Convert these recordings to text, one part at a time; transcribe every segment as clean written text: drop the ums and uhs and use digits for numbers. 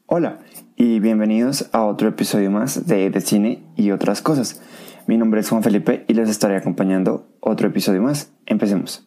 Hola y bienvenidos a otro episodio más de Cine y otras cosas. Mi nombre es Juan Felipe y les estaré acompañando otro episodio más. Empecemos.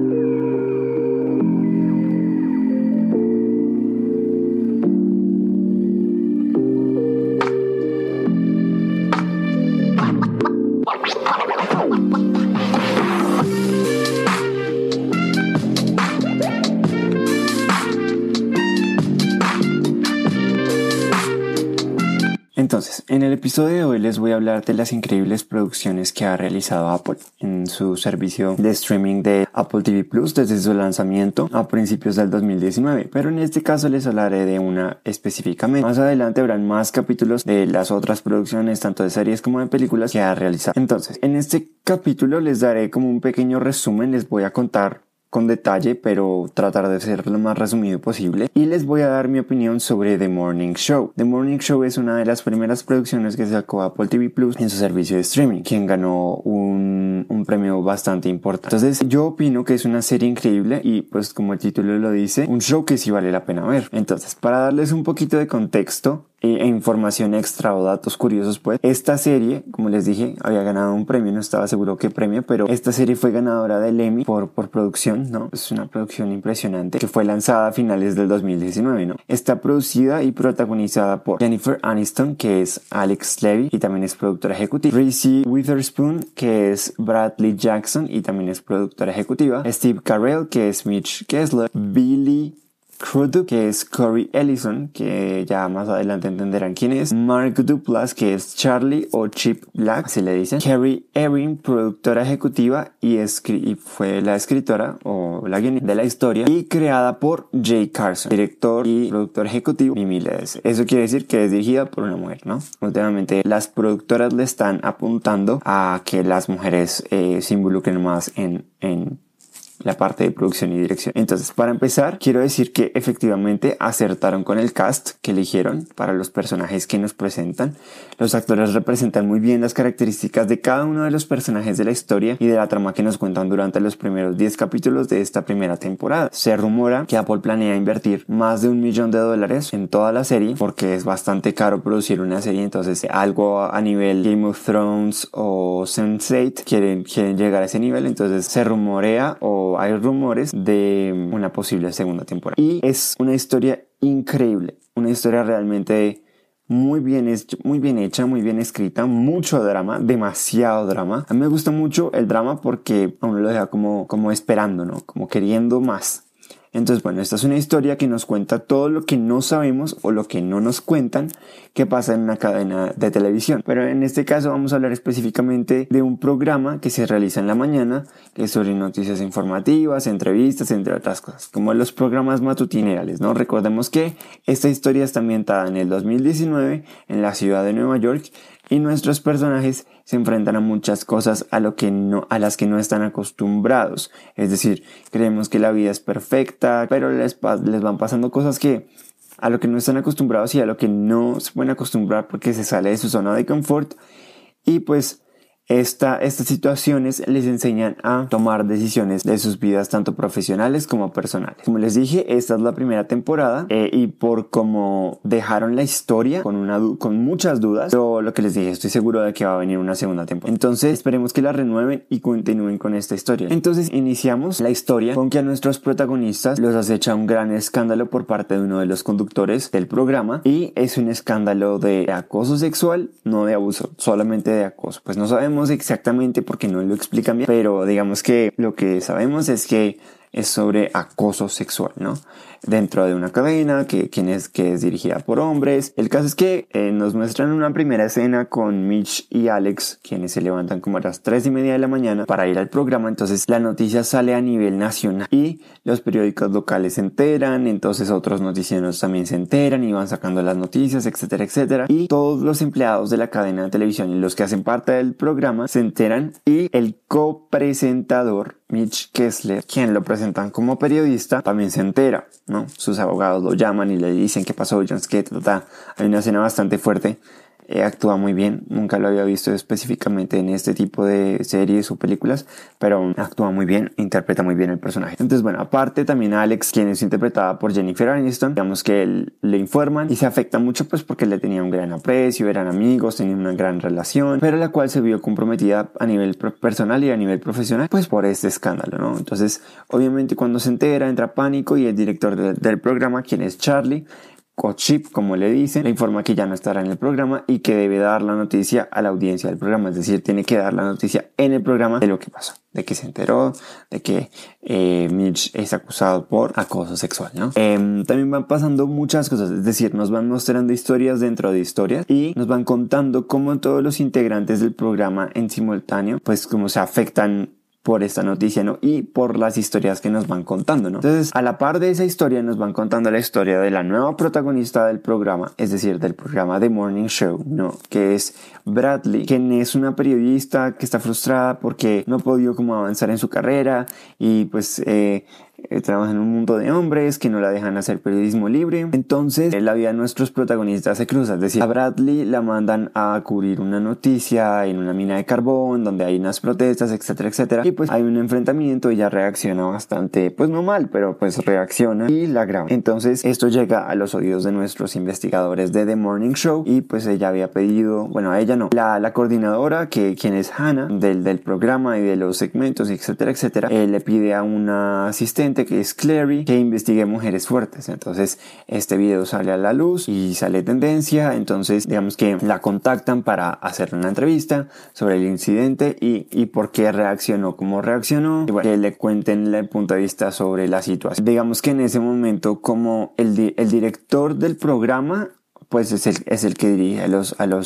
Entonces, en el episodio de hoy les voy a hablar de las increíbles producciones que ha realizado Apple en su servicio de streaming de Apple TV Plus desde su lanzamiento a principios del 2019, pero en este caso les hablaré de una específicamente. Más adelante habrán más capítulos de las otras producciones, tanto de series como de películas, que ha realizado. Entonces, en este capítulo les daré como un pequeño resumen, les voy a contar con detalle, pero tratar de ser lo más resumido posible. Y les voy a dar mi opinión sobre The Morning Show. The Morning Show es una de las primeras producciones que sacó Apple TV Plus en su servicio de streaming, quien ganó un premio bastante importante. Entonces, yo opino que es una serie increíble y, pues, como el título lo dice, un show que sí vale la pena ver. Entonces, para darles un poquito de contexto e información extra o datos curiosos, pues esta serie, como les dije, había ganado un premio, no estaba seguro qué premio, pero esta serie fue ganadora del Emmy por producción, ¿no? Es una producción impresionante que fue lanzada a finales del 2019, ¿no? Está producida y protagonizada por Jennifer Aniston, que es Alex Levy y también es productora ejecutiva, Reese Witherspoon, que es Bradley Jackson y también es productora ejecutiva, Steve Carell, que es Mitch Kessler, Billy Crudup, que es Corey Ellison, que ya más adelante entenderán quién es, Mark Duplass, que es Charlie o Chip Black, así le dicen, Carrie Erin, productora ejecutiva y fue la escritora o la guionista de la historia y creada por Jay Carson, director y productor ejecutivo y miles. Eso quiere decir que es dirigida por una mujer, ¿no? Últimamente las productoras le están apuntando a que las mujeres se involucren más en la parte de producción y dirección. Entonces, para empezar, quiero decir que efectivamente acertaron con el cast que eligieron para los personajes que nos presentan. Los actores representan muy bien las características de cada uno de los personajes de la historia y de la trama que nos cuentan durante los primeros 10 capítulos de esta primera temporada. Se rumora que Apple planea invertir más de $1 millón en toda la serie porque es bastante caro producir una serie, entonces algo a nivel Game of Thrones o Sense8 quieren llegar a ese nivel, entonces se rumorea o hay rumores de una posible segunda temporada. Y es una historia increíble, una historia realmente muy bien hecha, muy bien escrita, mucho drama, demasiado drama. A mí me gusta mucho el drama porque a uno lo deja como esperando, ¿no? Como queriendo más. Entonces, bueno, esta es una historia que nos cuenta todo lo que no sabemos o lo que no nos cuentan que pasa en una cadena de televisión. Pero en este caso vamos a hablar específicamente de un programa que se realiza en la mañana, que es sobre noticias informativas, entrevistas, entre otras cosas, como los programas matutinerales, ¿no? Recordemos que esta historia está ambientada en el 2019 en la ciudad de Nueva York y nuestros personajes se enfrentan a muchas cosas a las que no están acostumbrados. Es decir, creemos que la vida es perfecta, pero les van pasando cosas a lo que no están acostumbrados y a lo que no se pueden acostumbrar porque se sale de su zona de confort. Y pues estas situaciones les enseñan a tomar decisiones de sus vidas tanto profesionales como personales. Como les dije, esta es la primera temporada y por cómo dejaron la historia con muchas dudas, pero lo que les dije, estoy seguro de que va a venir una segunda temporada. Entonces esperemos que la renueven y continúen con esta historia. Entonces iniciamos la historia con que a nuestros protagonistas los acecha un gran escándalo por parte de uno de los conductores del programa y es un escándalo de acoso sexual, no de abuso, solamente de acoso. Pues no sabemos exactamente porque no lo explican bien, pero digamos que lo que sabemos es que es sobre acoso sexual, ¿no? Dentro de una cadena que es dirigida por hombres. El caso es que nos muestran una primera escena con Mitch y Alex, quienes se levantan como a las 3:30 de la mañana para ir al programa. Entonces la noticia sale a nivel nacional y los periódicos locales se enteran, entonces otros noticieros también se enteran y van sacando las noticias, etcétera, etcétera. Y todos los empleados de la cadena de televisión y los que hacen parte del programa se enteran y el copresentador Mitch Kessler, quien lo presentan como periodista, también se entera, ¿no? Sus abogados lo llaman y le dicen qué pasó, Jones, que hay una escena bastante fuerte actúa muy bien, nunca lo había visto específicamente en este tipo de series o películas, pero actúa muy bien, interpreta muy bien el personaje. Entonces bueno, aparte también Alex, quien es interpretada por Jennifer Aniston, digamos que él, le informan y se afecta mucho pues porque le tenía un gran aprecio, eran amigos, tenían una gran relación, pero la cual se vio comprometida a nivel personal y a nivel profesional pues por este escándalo, ¿no? Entonces obviamente cuando se entera entra pánico y el director del programa, quien es Charlie, o Chip, como le dicen, le informa que ya no estará en el programa y que debe dar la noticia a la audiencia del programa, es decir, tiene que dar la noticia en el programa de lo que pasó, de que se enteró, de que Mitch es acusado por acoso sexual, ¿no? También van pasando muchas cosas, es decir, nos van mostrando historias dentro de historias y nos van contando cómo todos los integrantes del programa en simultáneo, pues cómo se afectan por esta noticia, ¿no? Y por las historias que nos van contando, ¿no? Entonces, a la par de esa historia, nos van contando la historia de la nueva protagonista del programa, es decir, del programa The Morning Show, ¿no? Que es Bradley, quien es una periodista que está frustrada porque no ha podido como avanzar en su carrera y pues trabaja en un mundo de hombres que no la dejan hacer periodismo libre. Entonces la vida de nuestros protagonistas se cruza, es decir, a Bradley la mandan a cubrir una noticia en una mina de carbón donde hay unas protestas, etcétera, etcétera, y pues hay un enfrentamiento. Ella reacciona bastante, pues no mal, pero pues reacciona y la graba. Entonces esto llega a los oídos de nuestros investigadores de The Morning Show y pues ella había pedido, bueno, a ella no, la coordinadora, quien es Hannah del programa y de los segmentos, etcétera, etcétera, le pide a una asistente que es Clary que investigue mujeres fuertes. Entonces este video sale a la luz y sale tendencia, entonces digamos que la contactan para hacer una entrevista sobre el incidente y por qué reaccionó como reaccionó y bueno, que le cuenten el punto de vista sobre la situación. Digamos que en ese momento como el director del programa pues es el que dirige a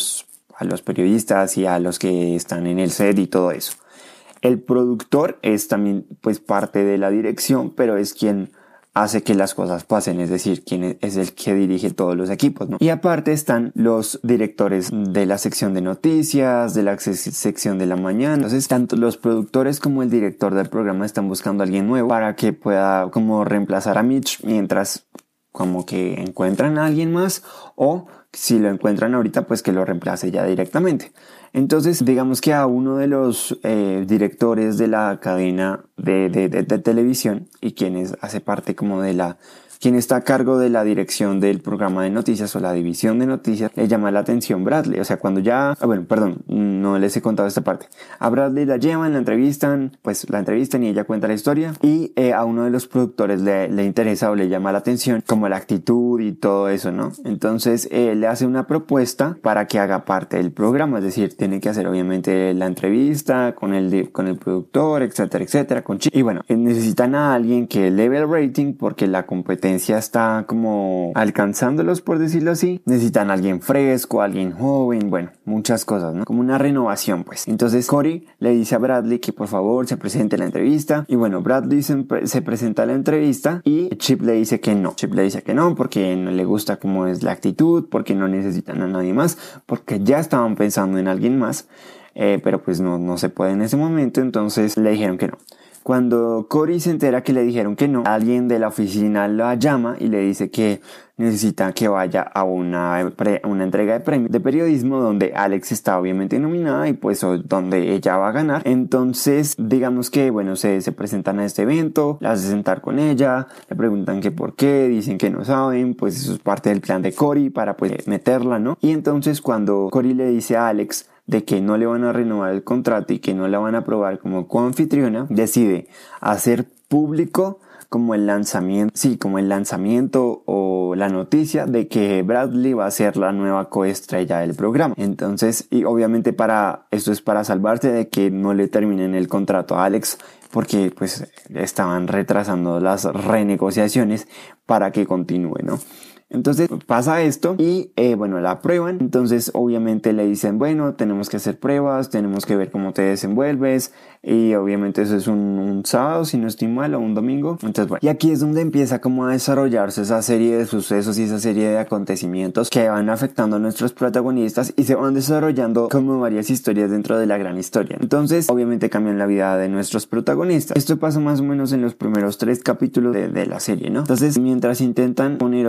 los periodistas y a los que están en el set y todo eso. El productor es también pues parte de la dirección, pero es quien hace que las cosas pasen, es decir, quien es el que dirige todos los equipos, ¿no? Y aparte están los directores de la sección de noticias, de la sección de la mañana. Entonces, tanto los productores como el director del programa están buscando a alguien nuevo para que pueda como reemplazar a Mitch mientras como que encuentran a alguien más, o si lo encuentran ahorita pues que lo reemplace ya directamente. Entonces digamos que a uno de los directores de la cadena de televisión y quien hace parte como quien está a cargo de la dirección del programa de noticias o la división de noticias, le llama la atención Bradley. O sea, cuando no les he contado esta parte. A Bradley la llevan, la entrevistan y ella cuenta la historia y a uno de los productores le interesa o le llama la atención como la actitud y todo eso, ¿no? Entonces le hace una propuesta para que haga parte del programa, es decir, tiene que hacer obviamente la entrevista con el productor, etcétera, etcétera, con Chip. Y bueno, necesitan a alguien que eleve el rating porque la competencia está como alcanzándolos, por decirlo así. Necesitan a alguien fresco, alguien joven, bueno, muchas cosas, ¿no? Como una renovación, pues. Entonces Cory le dice a Bradley que por favor se presente a la entrevista. Y bueno, Bradley se presenta a la entrevista y Chip le dice que no. Chip le dice que no porque no le gusta cómo es la actitud, porque no necesitan a nadie más, porque ya estaban pensando en alguien más, pero pues no se puede en ese momento. Entonces le dijeron que no. Cuando Cory se entera que le dijeron que no, alguien de la oficina la llama y le dice que necesita que vaya a una entrega de premios de periodismo donde Alex está obviamente nominada y pues donde ella va a ganar. Entonces digamos que bueno, se presentan a este evento, la hacen sentar con ella, le preguntan que por qué, dicen que no saben, pues eso es parte del plan de Cory para pues meterla, ¿no? Y entonces cuando Cory le dice a Alex de que no le van a renovar el contrato y que no la van a aprobar como coanfitriona, decide hacer público como el lanzamiento o la noticia de que Bradley va a ser la nueva coestrella del programa. Entonces, y obviamente esto es para salvarse de que no le terminen el contrato a Alex, porque pues estaban retrasando las renegociaciones para que continúe, ¿no? Entonces pasa esto y bueno, la aprueban. Entonces obviamente le dicen, bueno, tenemos que hacer pruebas, tenemos que ver cómo te desenvuelves, y obviamente eso es un sábado, si no estoy mal, o un domingo. Entonces bueno, y aquí es donde empieza como a desarrollarse esa serie de sucesos y esa serie de acontecimientos que van afectando a nuestros protagonistas y se van desarrollando como varias historias dentro de la gran historia. Entonces obviamente cambian la vida de nuestros protagonistas. Esto pasa más o menos en los primeros 3 capítulos de la serie, ¿no? Entonces mientras intentan poner o tener una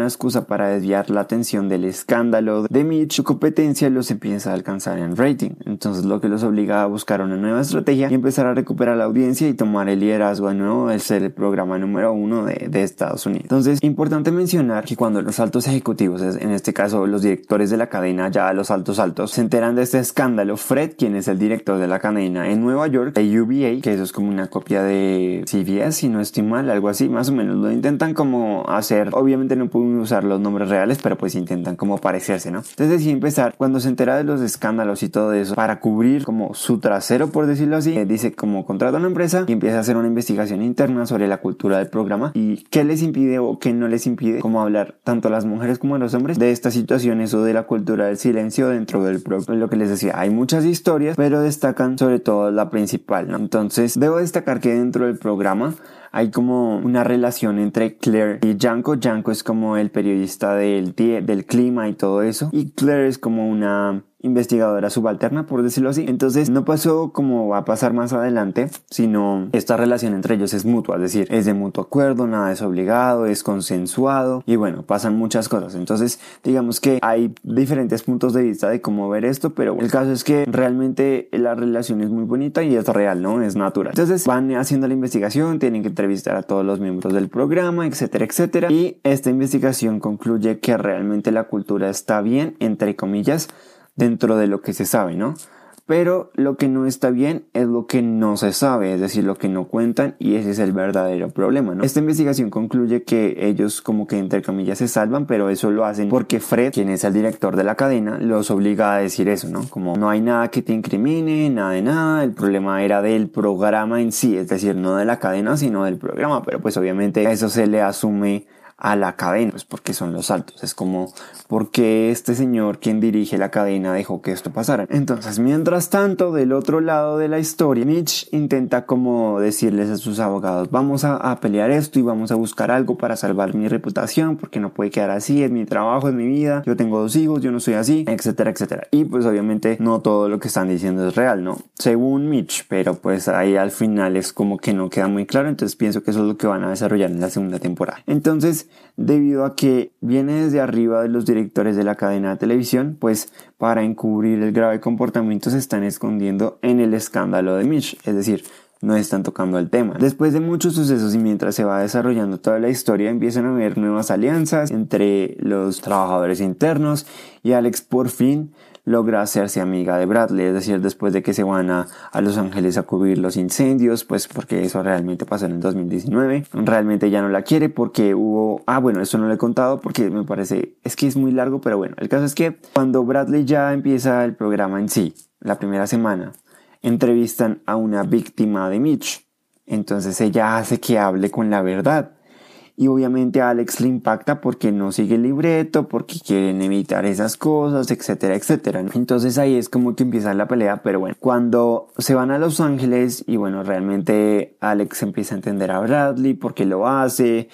una excusa para desviar la atención del escándalo de Mitch, su competencia los empieza a alcanzar en rating. Entonces lo que los obliga a buscar una nueva estrategia y empezar a recuperar la audiencia y tomar el liderazgo de nuevo de ser el programa número 1 de Estados Unidos. Entonces, importante mencionar que cuando los altos ejecutivos, en este caso los directores de la cadena, ya los altos, se enteran de este escándalo, Fred, quien es el director de la cadena en Nueva York, de UBA, que eso es como una copia de CBS, si no estoy mal, algo así, más o menos, lo intentan como hacer, obviamente no pueden usar los nombres reales, pero pues intentan como parecerse, ¿no? Entonces decide empezar, cuando se entera de los escándalos y todo eso, para cubrir como su trasero, por decirlo así, dice como contrata a una empresa y empieza a hacer una investigación interna sobre la cultura del programa y qué les impide o qué no les impide como hablar tanto a las mujeres como a los hombres de estas situaciones o de la cultura del silencio dentro del programa. Lo que les decía, hay muchas historias, pero destacan sobre todo la principal, ¿no? Entonces debo destacar que dentro del programa hay como una relación entre Claire y Janko. Janko es como el periodista del clima y todo eso, y Claire es como una investigadora subalterna, por decirlo así. Entonces no pasó como va a pasar más adelante, sino esta relación entre ellos es mutua, es decir, es de mutuo acuerdo, nada es obligado, es consensuado y bueno, pasan muchas cosas. Entonces digamos que hay diferentes puntos de vista de cómo ver esto, pero el caso es que realmente la relación es muy bonita y es real, ¿no? Es natural. Entonces van haciendo la investigación, tienen que entrevistar a todos los miembros del programa, etcétera, etcétera, y esta investigación concluye que realmente la cultura está bien, entre comillas, dentro de lo que se sabe, ¿no? Pero lo que no está bien es lo que no se sabe, es decir, lo que no cuentan, y ese es el verdadero problema, ¿no? Esta investigación concluye que ellos como que entre comillas se salvan, pero eso lo hacen porque Fred, quien es el director de la cadena, los obliga a decir eso, ¿no? Como no hay nada que te incrimine, nada de nada, el problema era del programa en sí, es decir, no de la cadena, sino del programa, pero pues obviamente eso se le asume a la cadena, pues porque son los altos. Es como, ¿por qué este señor, quien dirige la cadena, dejó que esto pasara? Entonces, mientras tanto, del otro lado de la historia, Mitch intenta como decirles a sus abogados, vamos a pelear esto y vamos a buscar algo para salvar mi reputación, porque no puede quedar así, es mi trabajo, es mi vida, yo tengo 2 hijos, yo no soy así, etcétera, etcétera. Y pues obviamente no todo lo que están diciendo es real, ¿no? Según Mitch, pero pues ahí al final es como que no queda muy claro, entonces pienso que eso es lo que van a desarrollar en la segunda temporada. Entonces, debido a que viene desde arriba de los directores de la cadena de televisión, pues para encubrir el grave comportamiento se están escondiendo en el escándalo de Mitch, es decir, no están tocando el tema. Después de muchos sucesos y mientras se va desarrollando toda la historia, empiezan a haber nuevas alianzas entre los trabajadores internos y Alex por fin logra hacerse amiga de Bradley, es decir, después de que se van a Los Ángeles a cubrir los incendios, pues porque eso realmente pasó en el 2019, realmente ya no la quiere porque hubo, bueno, eso no lo he contado porque me parece, es que es muy largo, pero bueno, el caso es que cuando Bradley ya empieza el programa en sí, la primera semana, entrevistan a una víctima de Mitch, entonces ella hace que hable con la verdad. Y obviamente a Alex le impacta porque no sigue el libreto, porque quieren evitar esas cosas, etcétera, etcétera. Entonces ahí es como que empieza la pelea, pero bueno, cuando se van a Los Ángeles y bueno, realmente Alex empieza a entender a Bradley porque lo hace,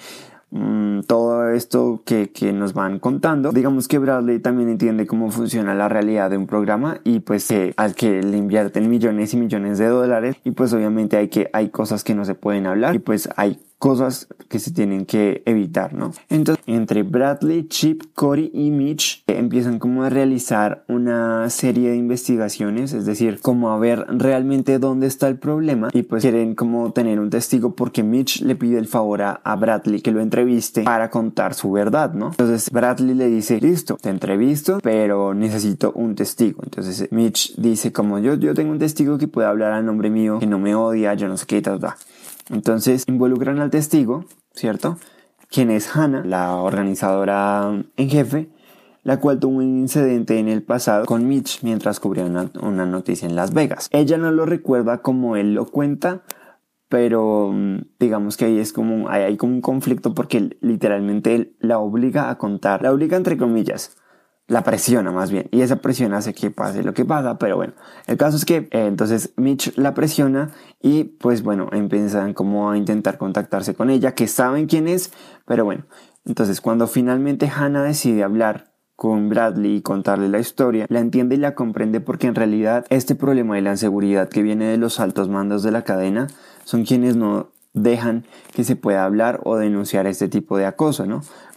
todo esto que nos van contando, digamos que Bradley también entiende cómo funciona la realidad de un programa y pues al que le invierten millones y millones de dólares y pues obviamente hay cosas que no se pueden hablar y pues hay cosas que se tienen que evitar, ¿no? Entonces, entre Bradley, Chip, Cory y Mitch empiezan como a realizar una serie de investigaciones, es decir, como a ver realmente dónde está el problema y pues quieren como tener un testigo porque Mitch le pide el favor a Bradley que lo entreviste para contar su verdad, ¿no? Entonces Bradley le dice, listo, te entrevisto, pero necesito un testigo. Entonces Mitch dice como yo tengo un testigo que puede hablar a nombre mío, que no me odia, yo no sé qué, tal. Entonces involucran al testigo, ¿cierto? Quien es Hannah, la organizadora en jefe, la cual tuvo un incidente en el pasado con Mitch mientras cubría una noticia en Las Vegas. Ella no lo recuerda como él lo cuenta, pero digamos que ahí es como hay como un conflicto porque literalmente él la obliga a contar, la obliga entre comillas, la presiona más bien, y esa presión hace que pase lo que pasa, pero bueno, el caso es que entonces Mitch la presiona y pues bueno, empiezan como a intentar contactarse con ella, que saben quién es, pero bueno, entonces cuando finalmente Hannah decide hablar con Bradley y contarle la historia, la entiende y la comprende porque en realidad este problema de la inseguridad que viene de los altos mandos de la cadena son quienes no dejan que se pueda hablar o denunciar este tipo de acoso, ¿no?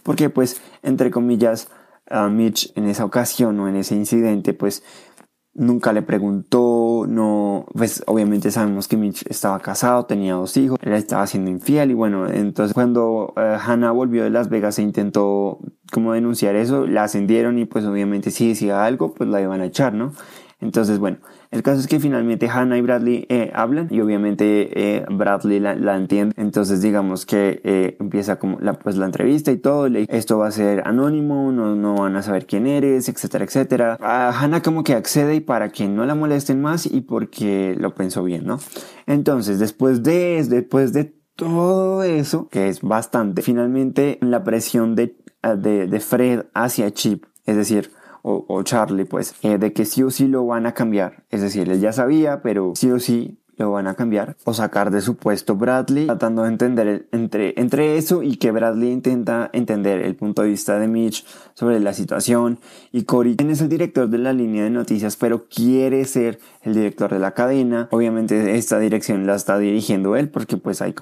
porque pues entre comillas Mitch en esa ocasión o en ese incidente pues nunca le preguntó, no, pues obviamente sabemos que Mitch estaba casado, tenía 2 hijos, él estaba siendo infiel y bueno, entonces cuando Hannah volvió de Las Vegas e intentó como denunciar eso, la ascendieron y pues obviamente si decía algo pues la iban a echar, ¿no? Entonces bueno, el caso es que finalmente Hannah y Bradley hablan y obviamente Bradley la entiende. Entonces digamos que empieza como la entrevista y todo. Esto va a ser anónimo, no van a saber quién eres, etcétera, etcétera. Hannah como que accede y para que no la molesten más y porque lo pensó bien, ¿no? Entonces después de todo eso, que es bastante, finalmente la presión de Fred hacia Chip, es decir, o Charlie, pues, de que sí o sí lo van a cambiar. Es decir, él ya sabía, pero sí o sí lo van a cambiar o sacar de su puesto Bradley, tratando de entender entre eso y que Bradley intenta entender el punto de vista de Mitch sobre la situación. Y Cory, quien es el director de la línea de noticias, pero quiere ser el director de la cadena. Obviamente esta dirección la está dirigiendo él porque pues hay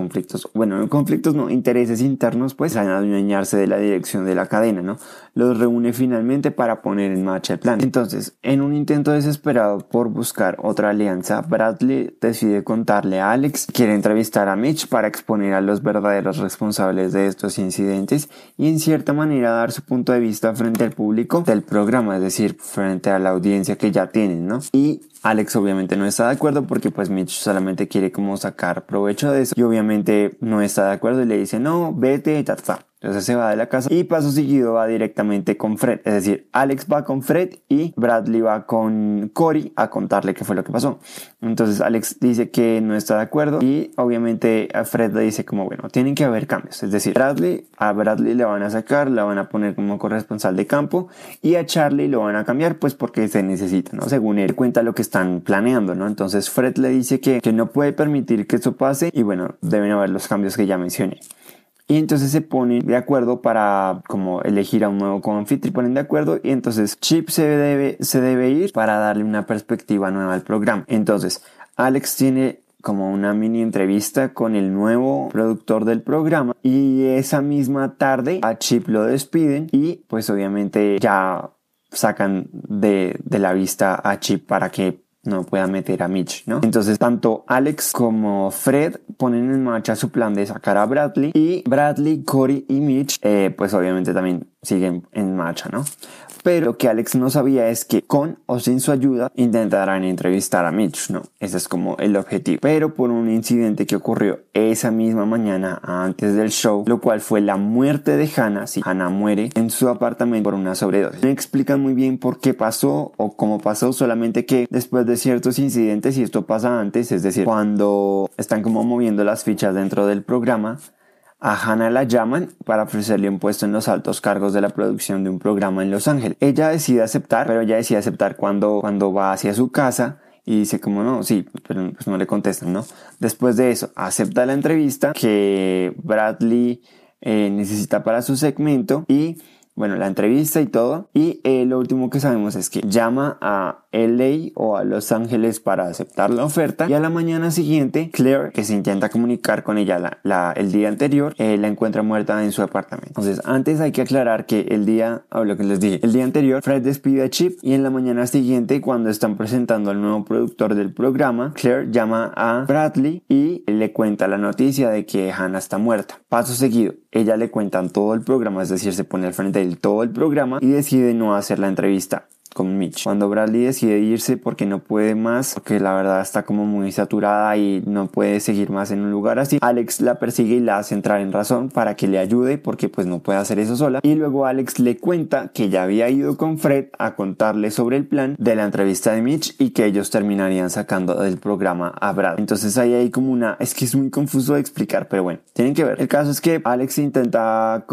intereses internos pues a adueñarse de la dirección de la cadena, ¿no? Los reúne finalmente para poner en marcha el plan. Entonces, en un intento desesperado por buscar otra alianza, Bradley decide contarle a Alex que quiere entrevistar a Mitch para exponer a los verdaderos responsables de estos incidentes y en cierta manera dar su punto de vista frente al público del programa, es decir, frente a la audiencia que ya tienen, ¿no? Y Alex obviamente no está de acuerdo porque pues Mitch solamente quiere como sacar provecho de eso y obviamente no está de acuerdo y le dice no, vete, ta. Entonces se va de la casa y paso seguido va directamente con Fred. Es decir, Alex va con Fred y Bradley va con Cory a contarle qué fue lo que pasó. Entonces Alex dice que no está de acuerdo y obviamente a Fred le dice como bueno, tienen que haber cambios. Es decir, a Bradley le van a sacar, la van a poner como corresponsal de campo y a Charlie lo van a cambiar pues porque se necesita, ¿no? Según él cuenta lo que están planeando, ¿no? Entonces Fred le dice que no puede permitir que eso pase y bueno, deben haber los cambios que ya mencioné. Y entonces se ponen de acuerdo para como elegir a un nuevo co-anfitrión, ponen de acuerdo y entonces Chip se debe ir para darle una perspectiva nueva al programa. Entonces Alex tiene como una mini entrevista con el nuevo productor del programa y esa misma tarde a Chip lo despiden y pues obviamente ya sacan de la vista a Chip para que no pueda meter a Mitch, ¿no? Entonces tanto Alex como Fred ponen en marcha su plan de sacar a Bradley y Bradley, Cory y Mitch pues obviamente también siguen en marcha, ¿no? Pero lo que Alex no sabía es que con o sin su ayuda intentarán entrevistar a Mitch, ¿no? Ese es como el objetivo. Pero por un incidente que ocurrió esa misma mañana antes del show, lo cual fue la muerte de Hannah. Sí, Hannah muere en su apartamento por una sobredosis. No explican muy bien por qué pasó o cómo pasó, solamente que después de ciertos incidentes, y esto pasa antes, es decir, cuando están como moviendo las fichas dentro del programa, a Hannah la llaman para ofrecerle un puesto en los altos cargos de la producción de un programa en Los Ángeles. Ella decide aceptar, pero ella decide aceptar cuando va hacia su casa y dice como no, sí, pero pues no le contestan, ¿no? Después de eso, acepta la entrevista que Bradley necesita para su segmento y bueno, la entrevista y todo. Y lo último que sabemos es que llama a LA o a Los Ángeles para aceptar la oferta. Y a la mañana siguiente, Claire, que se intenta comunicar con ella el día anterior, la encuentra muerta en su apartamento. Entonces, antes hay que aclarar que el día anterior, Fred despide a Chip y en la mañana siguiente, cuando están presentando al nuevo productor del programa, Claire llama a Bradley y le cuenta la noticia de que Hannah está muerta. Paso seguido, ella le cuentan todo el programa, es decir, se pone al frente de todo el programa y decide no hacer la entrevista con Mitch. Cuando Bradley decide irse porque no puede más, porque la verdad está como muy saturada y no puede seguir más en un lugar así, Alex la persigue y la hace entrar en razón para que le ayude porque pues no puede hacer eso sola. Y luego Alex le cuenta que ya había ido con Fred a contarle sobre el plan de la entrevista de Mitch y que ellos terminarían sacando del programa a Brad. Entonces ahí hay como es que es muy confuso de explicar, pero bueno, tienen que ver. El caso es que Alex intenta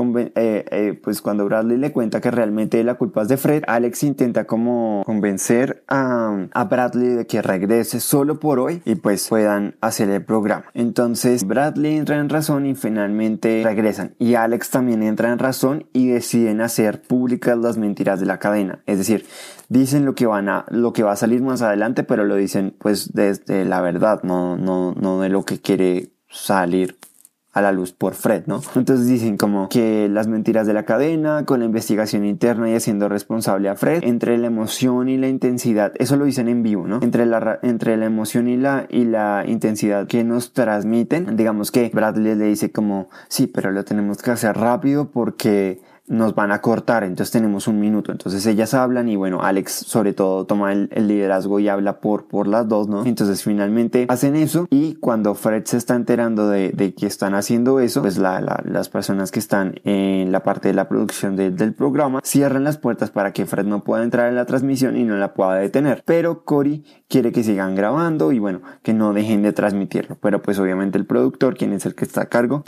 pues cuando Bradley le cuenta que realmente la culpa es de Fred, Alex intenta como convencer a Bradley de que regrese solo por hoy y pues puedan hacer el programa. Entonces Bradley entra en razón y finalmente regresan y Alex también entra en razón y deciden hacer públicas las mentiras de la cadena. Es decir, dicen lo que va a salir más adelante, pero lo dicen pues desde la verdad, no de lo que quiere salir a la luz por Fred, ¿no? Entonces dicen como que las mentiras de la cadena, con la investigación interna y haciendo responsable a Fred, entre la emoción y la intensidad, eso lo dicen en vivo, ¿no? Entre la emoción y la intensidad que nos transmiten, digamos que Bradley le dice como, sí, pero lo tenemos que hacer rápido porque nos van a cortar, entonces tenemos un minuto. Entonces ellas hablan y bueno, Alex sobre todo toma el liderazgo y habla por las dos, ¿no? Entonces finalmente hacen eso y cuando Fred se está enterando de que están haciendo eso, pues las personas que están en la parte de la producción del programa cierran las puertas para que Fred no pueda entrar en la transmisión y no la pueda detener. Pero Cory quiere que sigan grabando y bueno, que no dejen de transmitirlo. Pero pues obviamente el productor, quien es el que está a cargo,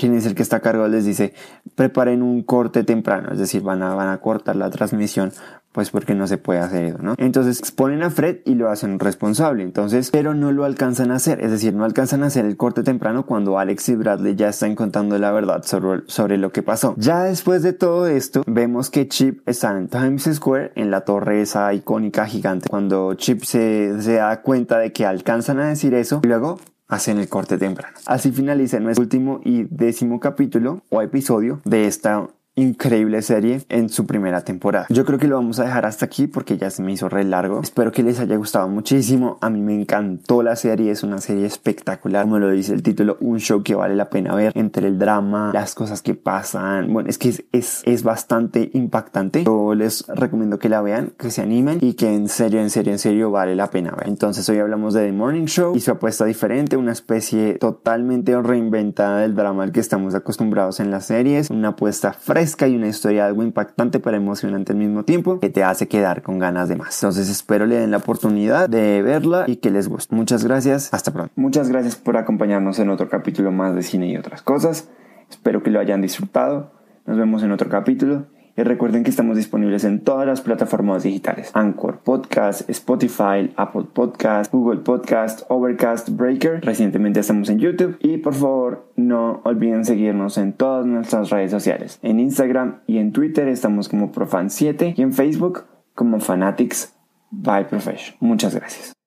les dice, preparen un corte temprano. Es decir, van a cortar la transmisión, pues porque no se puede hacer eso, ¿no? Entonces exponen a Fred y lo hacen responsable, entonces, pero no lo alcanzan a hacer, es decir, no alcanzan a hacer el corte temprano cuando Alex y Bradley ya están contando la verdad sobre lo que pasó. Ya después de todo esto, vemos que Chip está en Times Square, en la torre esa icónica gigante. Cuando Chip se da cuenta de que alcanzan a decir eso, y luego hacen el corte temprano. Así finaliza nuestro último y 10º capítulo o episodio de esta increíble serie en su primera temporada. Yo creo que lo vamos a dejar hasta aquí porque ya se me hizo re largo. Espero que les haya gustado muchísimo. A mí me encantó la serie, es una serie espectacular, como lo dice el título, un show que vale la pena ver, entre el drama, las cosas que pasan. Bueno, es que es bastante impactante. Yo les recomiendo que la vean, que se animen y que en serio vale la pena ver. Entonces hoy hablamos de The Morning Show y su apuesta diferente, una especie totalmente reinventada del drama al que estamos acostumbrados en las series, una apuesta fresca y una historia algo impactante pero emocionante al mismo tiempo que te hace quedar con ganas de más. Entonces espero le den la oportunidad de verla y que les guste. Muchas gracias, hasta pronto. Muchas gracias por acompañarnos en otro capítulo más de Cine y Otras Cosas. Espero que lo hayan disfrutado. Nos vemos en otro capítulo. Y recuerden que estamos disponibles en todas las plataformas digitales: Anchor Podcast, Spotify, Apple Podcast, Google Podcast, Overcast, Breaker. Recientemente estamos en YouTube. Y por favor, no olviden seguirnos en todas nuestras redes sociales. En Instagram y en Twitter estamos como Profan7 y en Facebook como Fanatics by Profession. Muchas gracias.